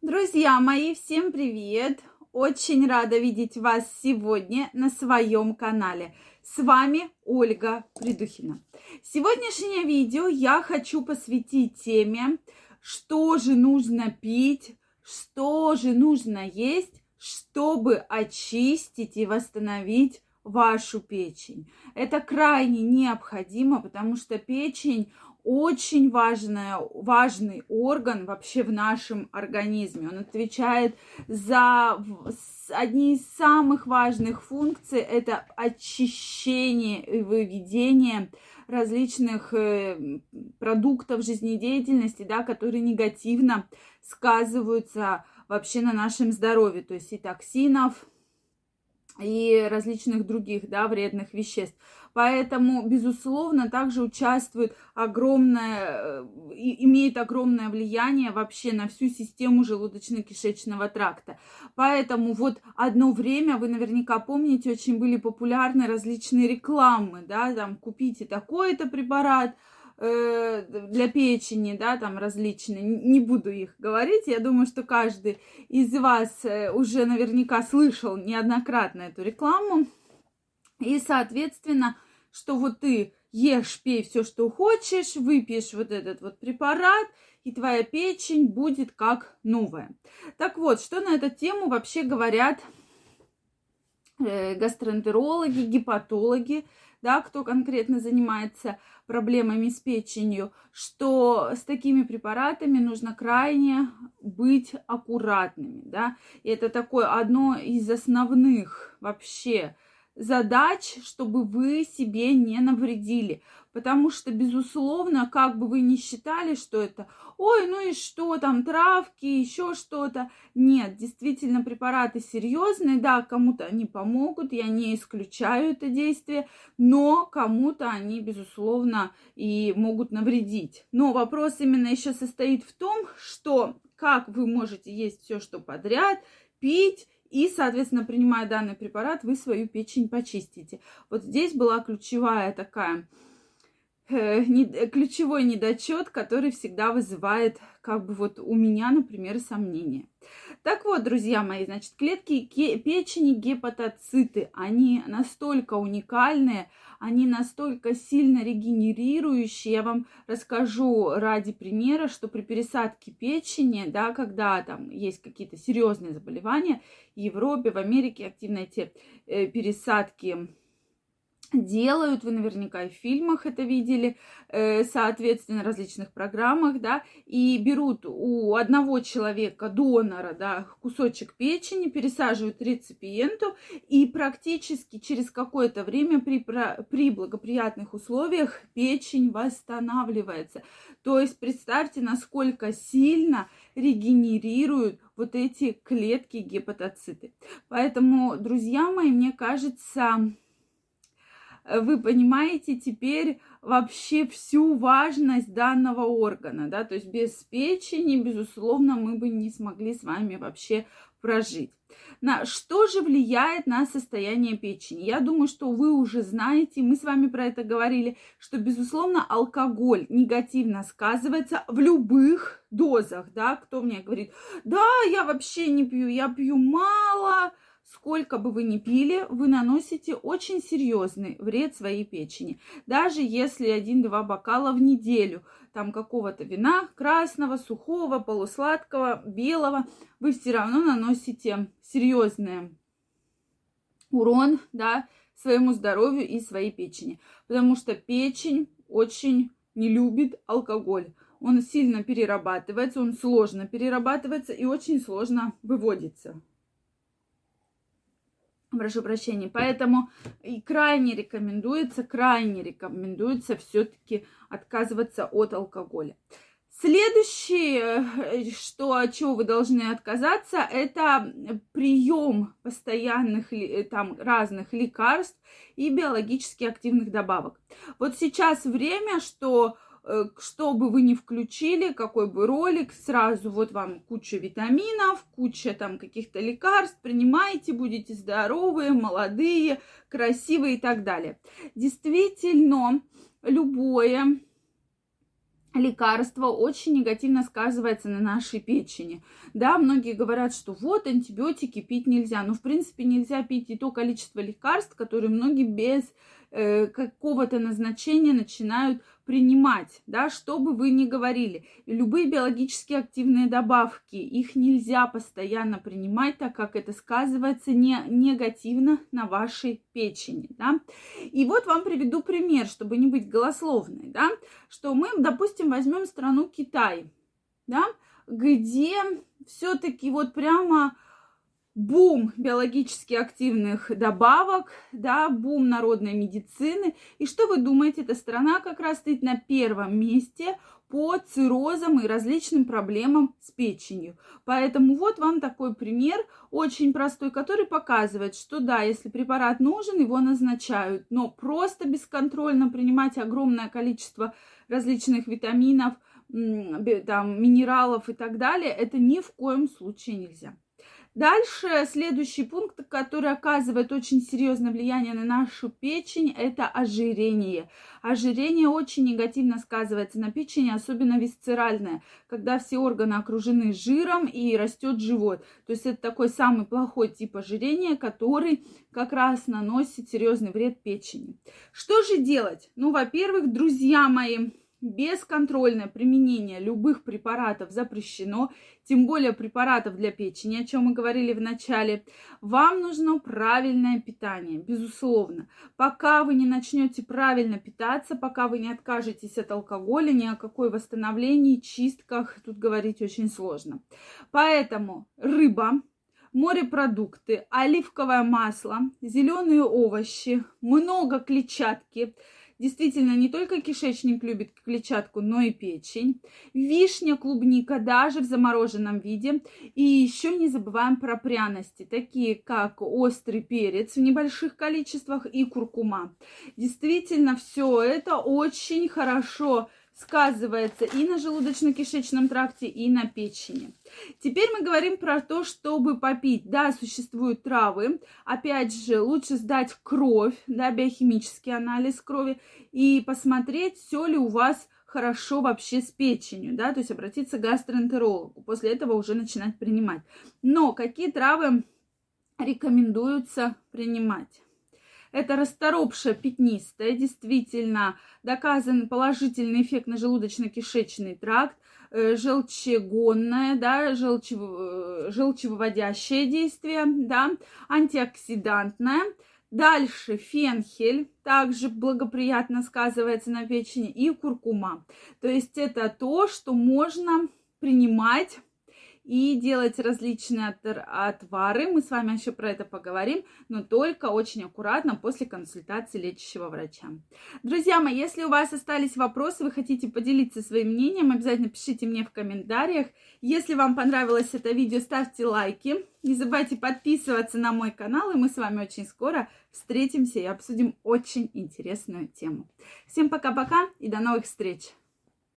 Друзья мои, всем привет! Очень рада видеть вас сегодня на своем канале. С вами Ольга Придухина. Сегодняшнее видео я хочу посвятить теме, что же нужно пить, что же нужно есть, чтобы очистить и восстановить вашу печень. Это крайне необходимо, потому что печень очень важный орган вообще в нашем организме. Он отвечает за одни из самых важных функций – это очищение и выведение различных продуктов жизнедеятельности, да, которые негативно сказываются вообще на нашем здоровье, то есть и токсинов, и различных других, да, вредных веществ. Поэтому, безусловно, также имеет огромное влияние вообще на всю систему желудочно-кишечного тракта. Поэтому вот одно время, вы наверняка помните, очень были популярны различные рекламы, да, там, купите такой-то препарат для печени, да, там различные, не буду их говорить, я думаю, что каждый из вас уже наверняка слышал неоднократно эту рекламу, и, соответственно, что вот ты ешь, пей все, что хочешь, выпьешь вот этот вот препарат, и твоя печень будет как новая. Так вот, что на эту тему вообще говорят гастроэнтерологи, гепатологи, да, кто конкретно занимается проблемами с печенью, что с такими препаратами нужно крайне быть аккуратными, да, и это такое одно из основных вообще задач, чтобы вы себе не навредили. Потому что, безусловно, как бы вы ни считали, что это, ой, ну и что, там травки, еще что-то. Нет, действительно, препараты серьезные, да, кому-то они помогут, я не исключаю это действие, но кому-то они, безусловно, и могут навредить. Но вопрос именно еще состоит в том, что как вы можете есть все, что подряд, пить, и, соответственно, принимая данный препарат, вы свою печень почистите. Вот здесь была ключевой недочет, который всегда вызывает, как бы вот у меня, например, сомнения. Так вот, друзья мои, значит, клетки печени, гепатоциты, они настолько уникальные, они настолько сильно регенерирующие. Я вам расскажу ради примера, что при пересадке печени, да, когда там есть какие-то серьезные заболевания, в Европе, в Америке активно эти пересадки делают, вы наверняка и в фильмах это видели, соответственно, в различных программах, да, и берут у одного человека, донора, да, кусочек печени, пересаживают реципиенту, и практически через какое-то время при благоприятных условиях печень восстанавливается. То есть представьте, насколько сильно регенерируют вот эти клетки гепатоциты. Поэтому, друзья мои, мне кажется, вы понимаете теперь вообще всю важность данного органа, да, то есть без печени, безусловно, мы бы не смогли с вами вообще прожить. На что же влияет на состояние печени? Я думаю, что вы уже знаете, мы с вами про это говорили, что, безусловно, алкоголь негативно сказывается в любых дозах, да, кто мне говорит, да, я вообще не пью, я пью мало. Сколько бы вы ни пили, вы наносите очень серьезный вред своей печени. Даже если 1-2 бокала в неделю, там какого-то вина, красного, сухого, полусладкого, белого, вы все равно наносите серьезный урон, да, своему здоровью и своей печени. Потому что печень очень не любит алкоголь. Он сильно перерабатывается, он сложно перерабатывается и очень сложно выводится. Прошу прощения. Поэтому и крайне рекомендуется все-таки отказываться от алкоголя. Следующее, от чего вы должны отказаться, это прием постоянных там разных лекарств и биологически активных добавок. Вот сейчас время, что бы вы ни включили, какой бы ролик, сразу вот вам куча витаминов, куча там каких-то лекарств, принимайте, будете здоровые, молодые, красивые и так далее. Действительно, любое лекарство очень негативно сказывается на нашей печени. Да, многие говорят, что вот антибиотики пить нельзя. Но, в принципе, нельзя пить и то количество лекарств, которые многие без какого-то назначения начинают принимать, да, что бы вы ни говорили. И любые биологически активные добавки, их нельзя постоянно принимать, так как это сказывается негативно на вашей печени, да. И вот вам приведу пример, чтобы не быть голословной, да, что мы, допустим, возьмем страну Китай, да, где все-таки вот прямо бум биологически активных добавок, да, бум народной медицины. И что вы думаете, эта страна как раз стоит на первом месте по циррозам и различным проблемам с печенью. Поэтому вот вам такой пример, очень простой, который показывает, что да, если препарат нужен, его назначают, но просто бесконтрольно принимать огромное количество различных витаминов, там, минералов и так далее, это ни в коем случае нельзя. Дальше, следующий пункт, который оказывает очень серьезное влияние на нашу печень, это ожирение. Ожирение очень негативно сказывается на печени, особенно висцеральное, когда все органы окружены жиром и растет живот. То есть это такой самый плохой тип ожирения, который как раз наносит серьезный вред печени. Что же делать? Ну, во-первых, друзья мои, бесконтрольное применение любых препаратов запрещено, тем более препаратов для печени, о чем мы говорили в начале. Вам нужно правильное питание, безусловно. Пока вы не начнете правильно питаться, пока вы не откажетесь от алкоголя, ни о какой восстановлении, чистках тут говорить очень сложно. Поэтому рыба, морепродукты, оливковое масло, зеленые овощи, много клетчатки. Действительно, не только кишечник любит клетчатку, но и печень. Вишня, клубника, даже в замороженном виде. И еще не забываем про пряности, такие как острый перец в небольших количествах и куркума. Действительно, все это очень хорошо сказывается и на желудочно-кишечном тракте, и на печени. Теперь мы говорим про то, чтобы попить. Да, существуют травы. Опять же, лучше сдать кровь, да, биохимический анализ крови и посмотреть, все ли у вас хорошо вообще с печенью, да, то есть обратиться к гастроэнтерологу. После этого уже начинать принимать. Но какие травы рекомендуется принимать? Это расторопшая пятнистая, действительно доказан положительный эффект на желудочно-кишечный тракт, желчегонное, да, желчевыводящее действие, да, антиоксидантное. Дальше фенхель также благоприятно сказывается на печени, и куркума. То есть это то, что можно принимать и делать различные отвары. Мы с вами еще про это поговорим, но только очень аккуратно после консультации лечащего врача. Друзья мои, если у вас остались вопросы, вы хотите поделиться своим мнением, обязательно пишите мне в комментариях. Если вам понравилось это видео, ставьте лайки. Не забывайте подписываться на мой канал, и мы с вами очень скоро встретимся и обсудим очень интересную тему. Всем пока-пока и до новых встреч!